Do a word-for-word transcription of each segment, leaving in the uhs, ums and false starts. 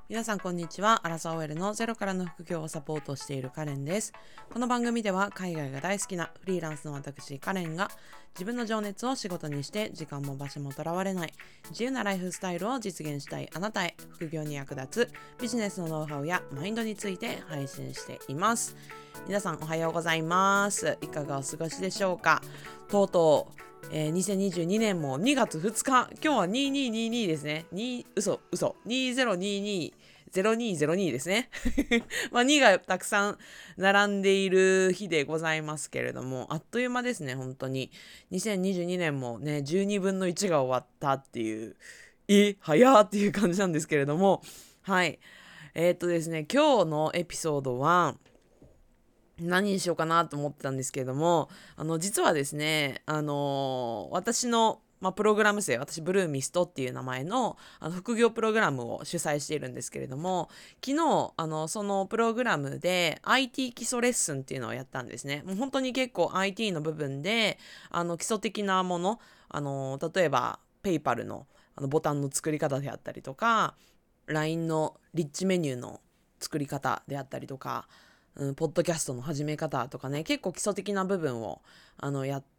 皆さんこんにちは。アラサー オーエル のゼロからの副業をサポートしているカレンです。この番組では海外が大好きなフリーランスの私カレンが自分の情熱を仕事にして時間も場所もとらわれない自由なライフスタイルを実現したいあなたへ、副業に役立つビジネスのノウハウやマインドについて配信しています。皆さんおはようございます。いかがお過ごしでしょうか。とうとうえー、にせんにじゅうにねんもにがつふつか、今日はにせんにじゅうににですね。に嘘嘘にせんにじゅうに ゼロにゼロにですね。まあにがたくさん並んでいる日でございますけれども、あっという間ですね。本当ににせんにじゅうにねんもねじゅうにぶんのいちが終わったっていう、え早ーっていう感じなんですけれども、はいえー、っとですね今日のエピソードは何にしようかなと思ってたんですけれども、あの実はですね、あのー私の、まあ、プログラム生、私ブルーミストっていう名前の、あの副業プログラムを主催しているんですけれども、昨日あのそのプログラムで アイティー 基礎レッスンっていうのをやったんですね。もう本当に結構 アイティー の部分であの基礎的なもの、あの例えばペイパルのあのボタンの作り方であったりとか、 ライン のリッチメニューの作り方であったりとか、うん、ポッドキャストの始め方とかね、結構基礎的な部分をあのやって、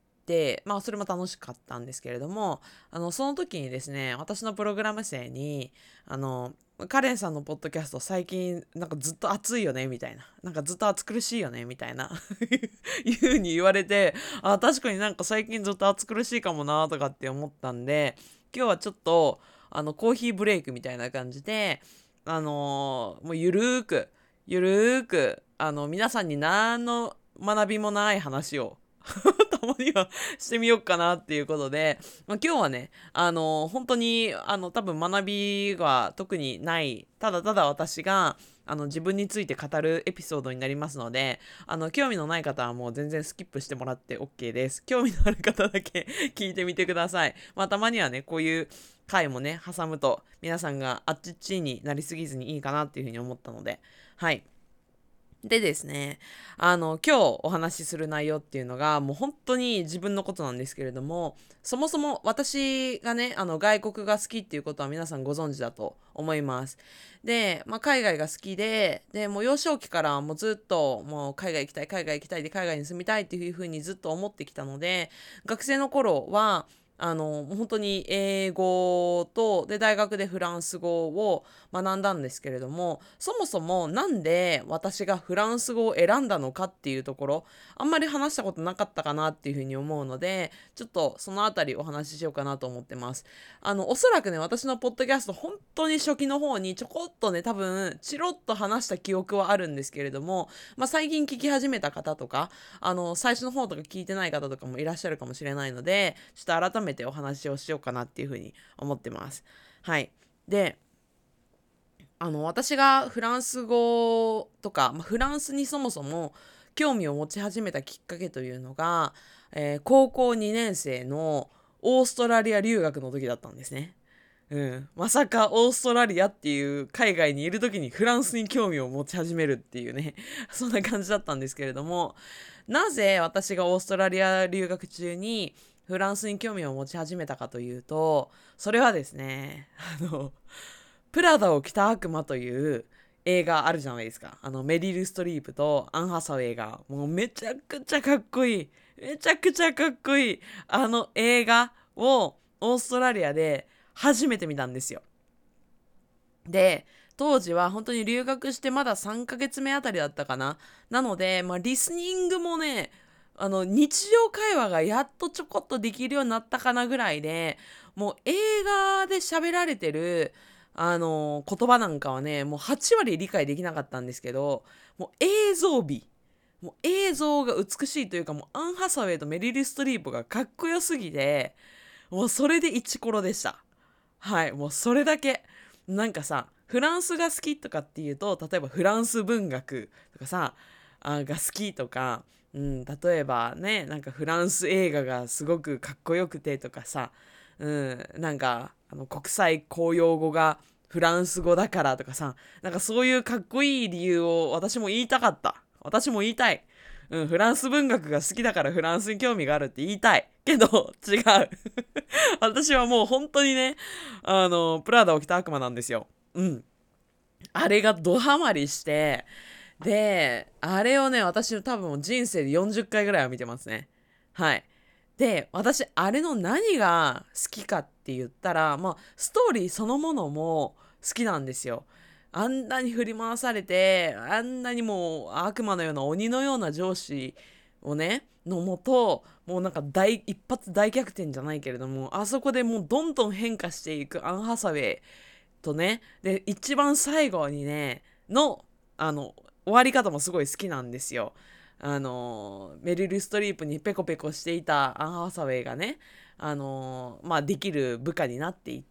まあそれも楽しかったんですけれども、あのその時にですね、私のプログラム生にあのカレンさんのポッドキャスト最近なんかずっと熱いよねみたいな、なんかずっと暑苦しいよねみたいないう風に言われて、あ確かになんか最近ずっと暑苦しいかもなとかって思ったんで、今日はちょっとあのコーヒーブレイクみたいな感じで、あのーもうゆるーくゆるーくあの皆さんに何の学びもない話をたまにはしてみようかなっていうことで、まあ、今日はねあの本当にあの多分学びが特にない、ただただ私があの自分について語るエピソードになりますので、あの興味のない方はもう全然スキップしてもらって OK です。興味のある方だけ聞いてみてください。まあたまにはねこういう回もね挟むと皆さんがあっちっちになりすぎずにいいかなっていうふうに思ったので、はいでですね、あの、今日お話しする内容っていうのが、もう本当に自分のことなんですけれども、そもそも私がね、あの、外国が好きっていうことは皆さんご存知だと思います。で、まあ、海外が好きで、で、もう幼少期からもうずっと、もう海外行きたい、海外行きたいで、海外に住みたいっていうふうにずっと思ってきたので、学生の頃は、あの、本当に英語と、で、大学でフランス語を学んだんですけれども、そもそもなんで私がフランス語を選んだのかっていうところ、あんまり話したことなかったかなっていうふうに思うので、ちょっとそのあたりお話ししようかなと思ってます。あの、おそらくね、私のポッドキャスト、本当に初期の方にちょこっとね、多分、チロッと話した記憶はあるんですけれども、まあ、最近聞き始めた方とか、あの、最初の方とか聞いてない方とかもいらっしゃるかもしれないので、ちょっと改めてお話をしようかなっていうふうに思ってます。はい。で、あの私がフランス語とか、まあ、フランスにそもそも興味を持ち始めたきっかけというのが、えー高校にねん生のオーストラリア留学の時だったんですね。うん、まさかオーストラリアっていう海外にいる時にフランスに興味を持ち始めるっていうねそんな感じだったんですけれども、なぜ私がオーストラリア留学中にフランスに興味を持ち始めたかというと、それはですね、あのプラダを着た悪魔という映画あるじゃないですか。あのメリル・ストリープとアン・ハサウェイがもうめちゃくちゃかっこいい、めちゃくちゃかっこいいあの映画をオーストラリアで初めて見たんですよ。で、当時は本当に留学してまださんかげつめあたりだったかな。なので、まあ、リスニングもね、あの日常会話がやっとちょこっとできるようになったかなぐらいで、もう映画で喋られてるあの言葉なんかはね、もうはち割理解できなかったんですけど、もう映像美、もう映像が美しいというか、もうアン・ハサウェイとメリル・ストリープがかっこよすぎて、もうそれでイチコロでした。はい、もうそれだけ。なんかさ、フランスが好きとかっていうと、例えばフランス文学とかさ、あが好きとか、うん、例えばね、なんかフランス映画がすごくかっこよくてとかさ、うん、なんかあの国際公用語がフランス語だからとかさ、なんかそういうかっこいい理由を私も言いたかった。私も言いたい。うん、フランス文学が好きだからフランスに興味があるって言いたい。けど、違う。私はもう本当にね、あの、プラダを着た悪魔なんですよ。うん。 あれがドハマりして、で、あれをね、私多分人生でよんじゅっかいぐらいは見てますね。はい。で、私、あれの何が好きかって言ったら、まあ、ストーリーそのものも好きなんですよ。あんなに振り回されて、あんなにもう悪魔のような鬼のような上司をね、のもと、もうなんか大、一発大逆転じゃないけれども、あそこでもうどんどん変化していくアン・ハサウェイとね、で、一番最後にね、の、あの、終わり方もすごい好きなんですよ。あの、メリル・ストリープにペコペコしていたアン・ハサウェイがね、あの、まあ、できる部下になっていって、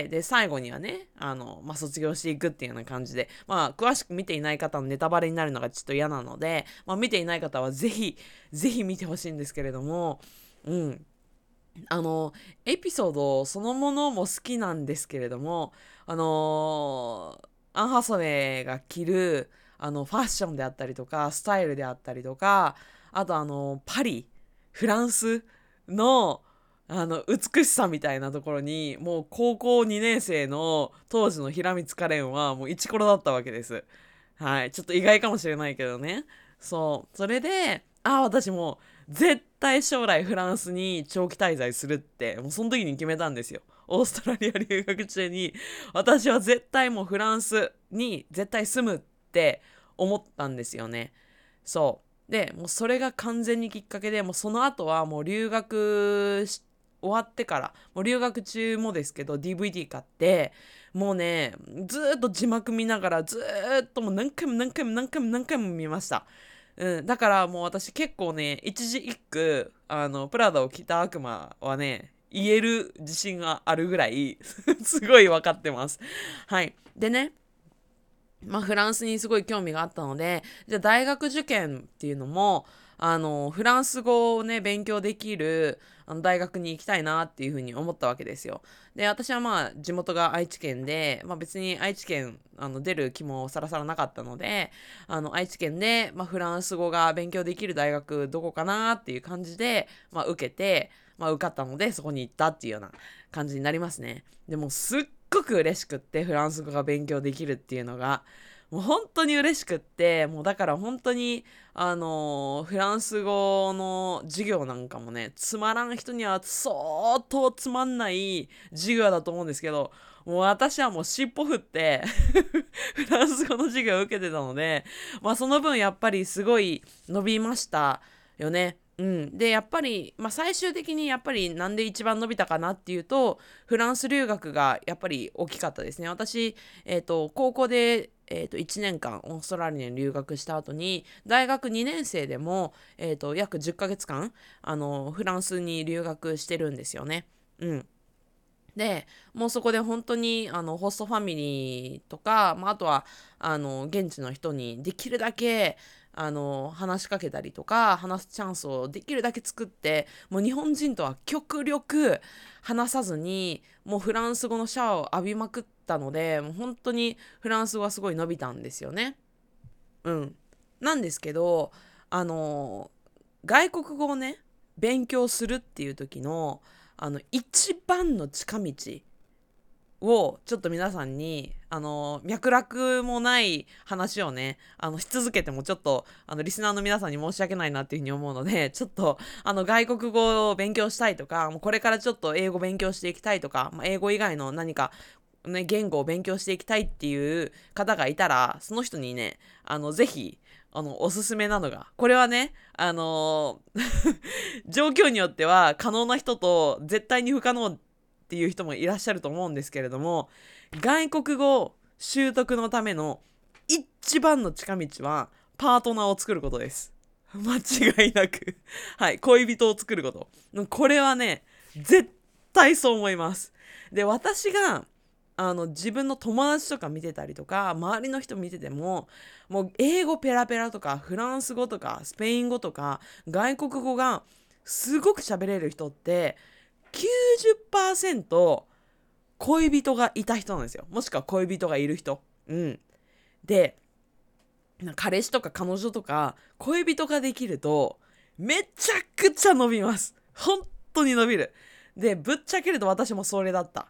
で、最後にはね、あの、まあ、卒業していくっていうような感じで、まあ、詳しく見ていない方のネタバレになるのがちょっと嫌なので、まあ、見ていない方はぜひ、ぜひ見てほしいんですけれども、うん。あの、エピソードそのものも好きなんですけれども、あのーアン・ハサウェイが着る、あの、ファッションであったりとか、スタイルであったりとか、あとあの、パリ、フランスの、あの、美しさみたいなところに、もう高校にねん生の当時の平光カレンはもうイチコロだったわけです。はい。ちょっと意外かもしれないけどね。そう。それで、ああ、私もう絶対将来フランスに長期滞在するって、もうその時に決めたんですよ。オーストラリア留学中に、私は絶対もうフランスに絶対住むって思ったんですよね。そう。で、もうそれが完全にきっかけで、もうその後はもう留学し終わってから、もう留学中もですけど ディーブイディー 買って、もうね、ずーっと字幕見ながらずーっともう何回も何回も何回も何回も見ました。うん、だからもう私結構ね、一字一句、あの、プラダを着た悪魔はね、言える自信があるぐらいすごい分かってます。はい。でね、まあ、フランスにすごい興味があったので、じゃあ大学受験っていうのも、あの、フランス語をね、勉強できるあの大学に行きたいなっていうふうに思ったわけですよ。で、私はまあ、地元が愛知県で、まあ別に愛知県、あの、出る気もさらさらなかったので、あの、愛知県で、まあ、フランス語が勉強できる大学どこかなっていう感じで、まあ、受けて、まあ、受かったので、そこに行ったっていうような感じになりますね。でも、すっごく嬉しくって、フランス語が勉強できるっていうのが、もう本当に嬉しくって、もうだから本当に、あのーフランス語の授業なんかもね、つまらん人には相当つまんない授業だと思うんですけど、もう私はもう尻尾振ってフランス語の授業を受けてたので、まあその分やっぱりすごい伸びましたよね。うん、でやっぱり、まあ、最終的にやっぱりなんで一番伸びたかなっていうとフランス留学がやっぱり大きかったですね。私、えーと、高校で、えーと、いちねんかんオーストラリアに留学した後に大学にねん生でも、えーと、約じゅっかげつかんあのフランスに留学してるんですよね。うんで、もうそこで本当にあのホストファミリーとか、まあ、あとはあの現地の人にできるだけあの話しかけたりとか話すチャンスをできるだけ作って、もう日本人とは極力話さずにもうフランス語のシャワーを浴びまくったので、もう本当にフランス語はすごい伸びたんですよね。うん。なんですけど、あの外国語をね勉強するっていう時のあの一番の近道をちょっと皆さんにあの脈絡もない話をねあのし続けてもちょっとあのリスナーの皆さんに申し訳ないなっていうふうに思うので、ちょっとあの外国語を勉強したいとか、もうこれからちょっと英語勉強していきたいとか、まあ、英語以外の何かね、言語を勉強していきたいっていう方がいたら、その人にね、あの、ぜひ、あの、おすすめなのが、これはね、あのー状況によっては可能な人と絶対に不可能っていう人もいらっしゃると思うんですけれども、外国語習得のための一番の近道は、パートナーを作ることです。間違いなくはい、恋人を作ること。これはね、絶対そう思います。で、私が、あの自分の友達とか見てたりとか周りの人見てても、もう英語ペラペラとかフランス語とかスペイン語とか外国語がすごく喋れる人ってきゅうじゅっパーセント恋人がいた人なんですよ。もしくは恋人がいる人。うんで、彼氏とか彼女とか恋人ができるとめちゃくちゃ伸びます。本当に伸びる。でぶっちゃけると私もそれだった。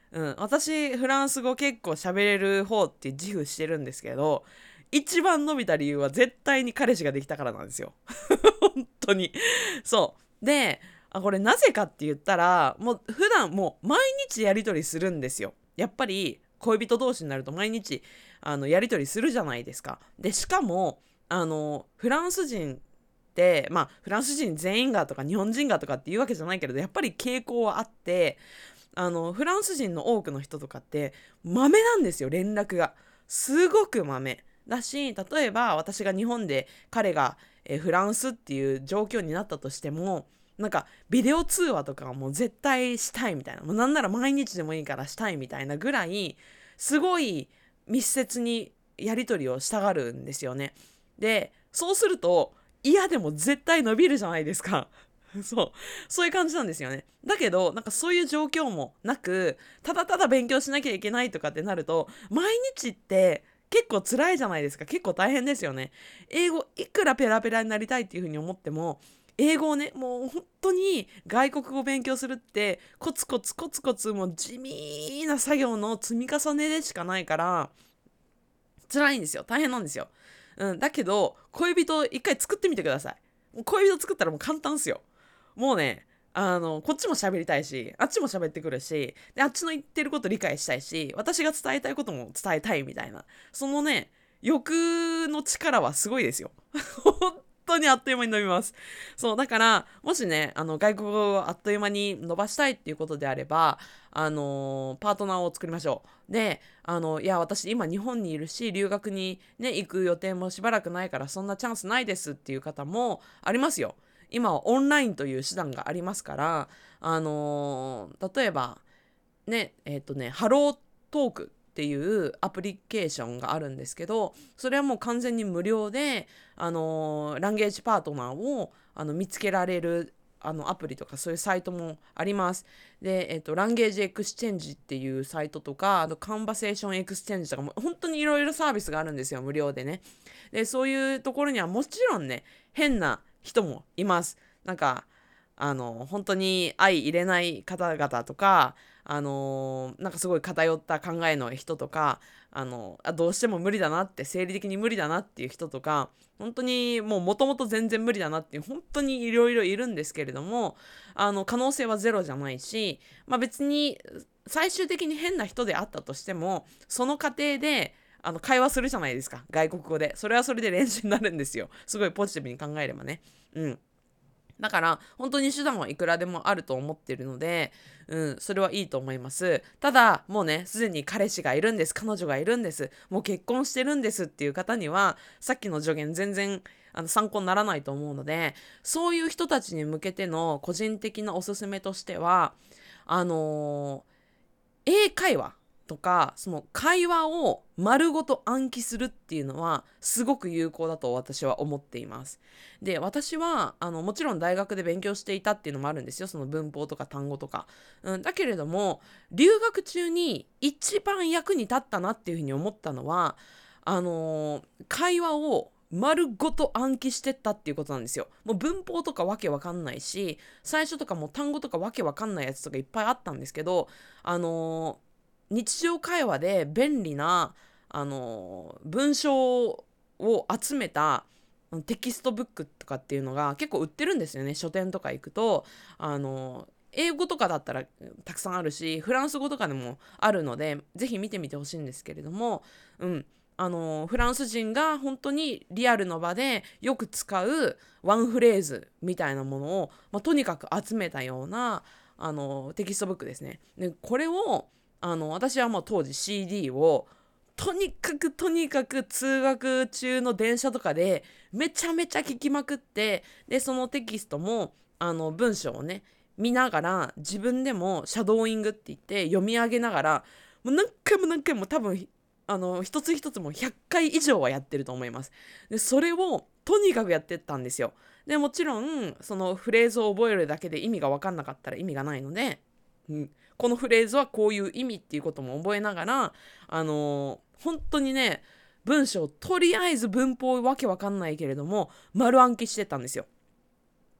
うん、私フランス語結構喋れる方って自負してるんですけど、一番伸びた理由は絶対に彼氏ができたからなんですよ。本当に。そうで、あこれなぜかって言ったら、もう普段もう毎日やり取りするんですよ。やっぱり恋人同士になると毎日あのやり取りするじゃないですか。でしかもあのフランス人ってまあフランス人全員がとか日本人がとかっていうわけじゃないけれど、やっぱり傾向はあって、あのフランス人の多くの人とかってマメなんですよ、連絡がすごくマメだし、例えば私が日本で彼が、えーフランスっていう状況になったとしても、なんかビデオ通話とかはもう絶対したいみたいな、もうなんなら毎日でもいいからしたいみたいなぐらいすごい密接にやり取りをしたがるんですよね。でそうすると嫌でも絶対伸びるじゃないですか。そうそういう感じなんですよね。だけどなんかそういう状況もなく、ただただ勉強しなきゃいけないとかってなると、毎日って結構辛いじゃないですか。結構大変ですよね。英語いくらペラペラになりたいっていうふうに思っても、英語をねもう本当に外国語を勉強するってコツコツコツコツもう地味な作業の積み重ねでしかないから辛いんですよ。大変なんですよ。うん、だけど恋人一回作ってみてください。もう恋人作ったらもう簡単っすよ。もうね、あのこっちも喋りたいし、あっちも喋ってくるし、であっちの言ってること理解したいし、私が伝えたいことも伝えたいみたいな、そのね欲の力はすごいですよ。本当にあっという間に伸びます。そうだから、もしねあの外国語をあっという間に伸ばしたいっていうことであれば、あのーパートナーを作りましょう。であのいや私今日本にいるし留学にね行く予定もしばらくないからそんなチャンスないですっていう方もありますよ。今はオンラインという手段がありますから、あのー例えばねえっ、とねハロートークっていうアプリケーションがあるんですけど、それはもう完全に無料で、あのーランゲージパートナーをあの見つけられるあのアプリとかそういうサイトもあります。で、えっと、ランゲージエクスチェンジっていうサイトとか、あとカンバセーションエクスチェンジとかも本当にいろいろサービスがあるんですよ、無料でね。で、そういうところにはもちろんね、変な人もいます。なんか、あの、本当に相入れない方々とか、あのなんかすごい偏った考えの人とか、あのあどうしても無理だなって、生理的に無理だなっていう人とか、本当にもうもともと全然無理だなっていう本当にいろいろいるんですけれども、あの可能性はゼロじゃないし、まあ、別に最終的に変な人であったとしてもその過程であの会話するじゃないですか、外国語で。それはそれで練習になるんですよ、すごいポジティブに考えればね。うんだから本当に手段はいくらでもあると思ってるので、うん、それはいいと思います。ただもうねすでに彼氏がいるんです、彼女がいるんです、もう結婚してるんですっていう方にはさっきの助言全然あの参考にならないと思うので、そういう人たちに向けての個人的なおすすめとしては、あのー英会話とかその会話を丸ごと暗記するっていうのはすごく有効だと私は思っています。で私はあのもちろん大学で勉強していたっていうのもあるんですよ、その文法とか単語とか、うん、だけれども留学中に一番役に立ったなっていうふうに思ったのは、あのー会話を丸ごと暗記してったっていうことなんですよ。もう文法とかわけわかんないし、最初とかもう単語とかわけわかんないやつとかいっぱいあったんですけど、あのー日常会話で便利な、あのー文章を集めたテキストブックとかっていうのが結構売ってるんですよね、書店とか行くと。あのー英語とかだったらたくさんあるし、フランス語とかでもあるのでぜひ見てみてほしいんですけれども、うんあのフランス人が本当にリアルの場でよく使うワンフレーズみたいなものを、まあ、とにかく集めたようなあのテキストブックですね。でこれをあの私はもう当時 シーディー をとにかくとにかく通学中の電車とかでめちゃめちゃ聞きまくって、でそのテキストもあの文章をね見ながら自分でもシャドーイングって言って読み上げながら、もう何回も何回も多分あの一つ一つもひゃっかい以上はやってると思います。でそれをとにかくやってったんですよ。でもちろんそのフレーズを覚えるだけで意味が分かんなかったら意味がないので、うん、このフレーズはこういう意味っていうことも覚えながら、あのー本当にね文章とりあえず文法わけわかんないけれども丸暗記してたんですよ。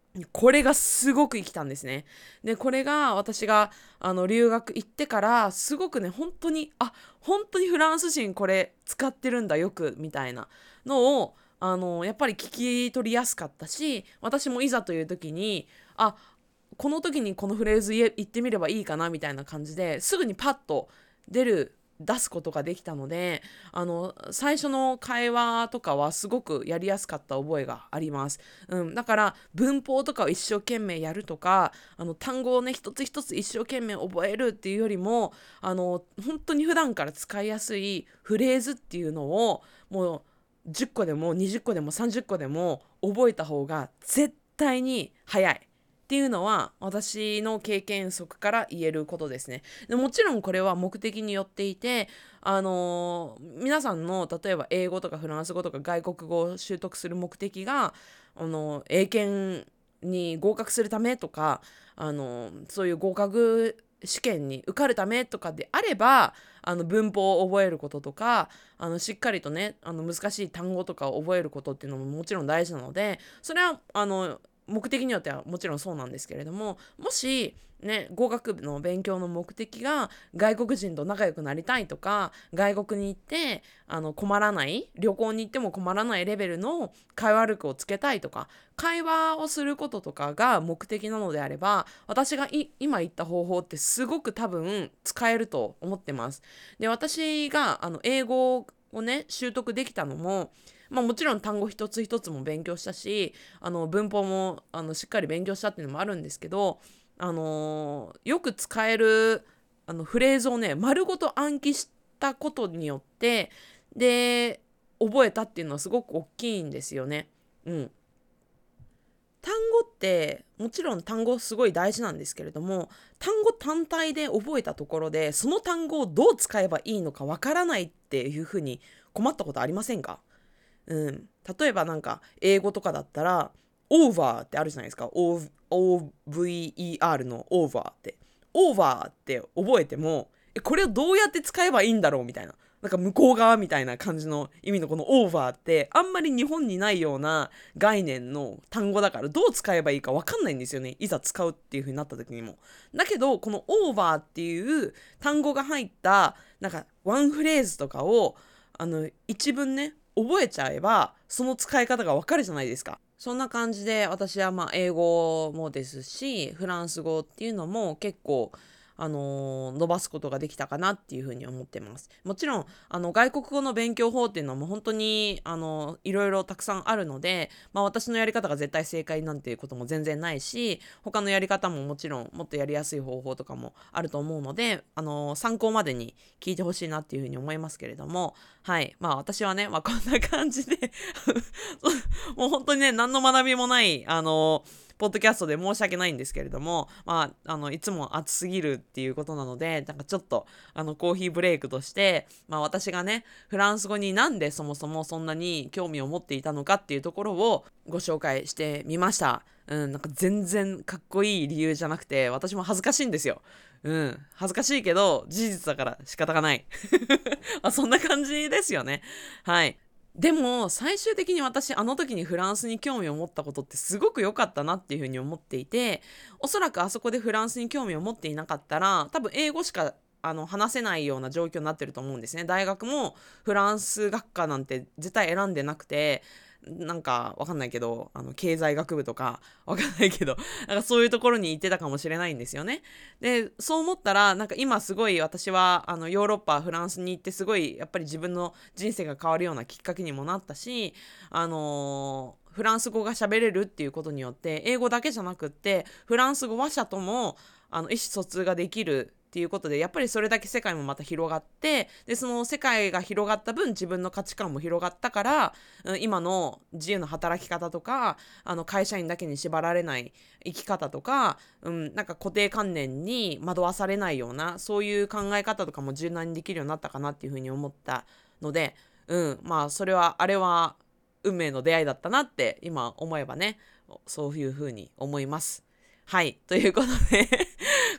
これがすごく生きたんですね。で、これが私があの留学行ってからすごくね、本当に、あ、本当にフランス人これ使ってるんだよくみたいなのをあのやっぱり聞き取りやすかったし、私もいざという時に、あ、この時にこのフレーズ言え言ってみればいいかなみたいな感じですぐにパッと出る出すことができたので、あの最初の会話とかはすごくやりやすかった覚えがあります。うん、だから文法とかを一生懸命やるとか、あの単語をね一つ一つ一生懸命覚えるっていうよりも、あの本当に普段から使いやすいフレーズっていうのをもうじゅっこでもにじゅっこでもさんじゅっこでも覚えた方が絶対に早いっていうのは私の経験則から言えることですね。でもちろんこれは目的によっていて、あのー皆さんの例えば英語とかフランス語とか外国語を習得する目的が、あのー英検に合格するためとか、あのーそういう合格試験に受かるためとかであれば、あの文法を覚えることとか、あのしっかりとね、あの難しい単語とかを覚えることっていうのももちろん大事なので、それはあの目的によってはもちろんそうなんですけれども、もしね、語学の勉強の目的が外国人と仲良くなりたいとか、外国に行ってあの困らない、旅行に行っても困らないレベルの会話力をつけたいとか、会話をすることとかが目的なのであれば、私がい今言った方法ってすごく多分使えると思ってます。で、私があの英語をね習得できたのも、まあ、もちろん単語一つ一つも勉強したし、あの文法もあのしっかり勉強したっていうのもあるんですけど、あのーよく使えるあのフレーズをね丸ごと暗記したことによってで覚えたっていうのはすごく大きいんですよね。うん。単語ってもちろん単語すごい大事なんですけれども、単語単体で覚えたところでその単語をどう使えばいいのかわからないっていうふうに困ったことありませんか？うん、例えばなんか英語とかだったらオーバーってあるじゃないですか。 オーブイイーアール のオーバーってオーバーって覚えても、えこれをどうやって使えばいいんだろうみたいな、なんか向こう側みたいな感じの意味のこのオーバーってあんまり日本にないような概念の単語だから、どう使えばいいか分かんないんですよね、いざ使うっていう風になった時にも。だけどこのオーバーっていう単語が入ったなんかワンフレーズとかをあの一文ね覚えちゃえばその使い方がわかるじゃないですか。そんな感じで私はまあ英語もですしフランス語っていうのも結構あのー伸ばすことができたかなっていうふうに思ってます。もちろんあの外国語の勉強法っていうのも本当にあのいろいろたくさんあるので、まあ、私のやり方が絶対正解なんていうことも全然ないし、他のやり方ももちろんもっとやりやすい方法とかもあると思うので、あのー参考までに聞いてほしいなっていうふうに思いますけれども、はいまあ私はね、まあ、こんな感じでもう本当にね何の学びもないあのーポッドキャストで申し訳ないんですけれども、まあ、あのいつも暑すぎるっていうことなので、なんかちょっとあのコーヒーブレイクとして、まあ、私がねフランス語になんでそもそもそんなに興味を持っていたのかっていうところをご紹介してみました。うん、なんか全然かっこいい理由じゃなくて私も恥ずかしいんですよ。うん、恥ずかしいけど事実だから仕方がないあ、そんな感じですよね。はい。でも最終的に私あの時にフランスに興味を持ったことってすごく良かったなっていうふうに思っていて、おそらくあそこでフランスに興味を持っていなかったら多分英語しかあの話せないような状況になってると思うんですね。大学もフランス学科なんて絶対選んでなくて、なんかわかんないけどあの経済学部とかわかんないけどなんかそういうところに行ってたかもしれないんですよね。でそう思ったらなんか今すごい私はあのヨーロッパフランスに行ってすごいやっぱり自分の人生が変わるようなきっかけにもなったし、あのーフランス語が喋れるっていうことによって英語だけじゃなくってフランス語話者ともあの意思疎通ができるっていうことで、やっぱりそれだけ世界もまた広がって、でその世界が広がった分自分の価値観も広がったから、うん、今の自由な働き方とかあの会社員だけに縛られない生き方とか、うん、なんか固定観念に惑わされないようなそういう考え方とかも柔軟にできるようになったかなっていうふうに思ったので、うん、まあそれはあれは運命の出会いだったなって今思えばね、そういうふうに思います。はい、ということで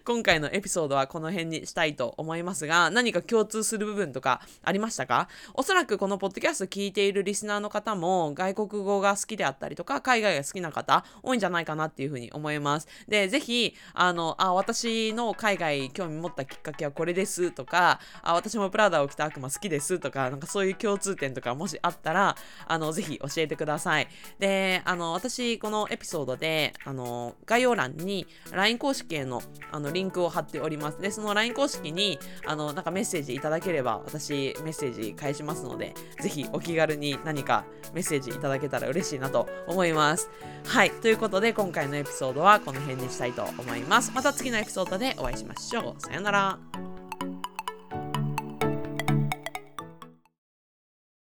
今回のエピソードはこの辺にしたいと思いますが、何か共通する部分とかありましたか？おそらくこのポッドキャスト聞いているリスナーの方も外国語が好きであったりとか海外が好きな方多いんじゃないかなっていうふうに思います。で、ぜひあのあ私の海外興味持ったきっかけはこれですとか、あ私もプラダを着た悪魔好きですとか、なんかそういう共通点とかもしあったらあのぜひ教えてください。で、あの私このエピソードであの概要欄に ライン 公式へのあのリンクを貼っております。で、その ライン 公式にあのなんかメッセージいただければ私メッセージ返しますので、ぜひお気軽に何かメッセージいただけたら嬉しいなと思います。はい、ということで今回のエピソードはこの辺にしたいと思います。また次のエピソードでお会いしましょう。さよなら。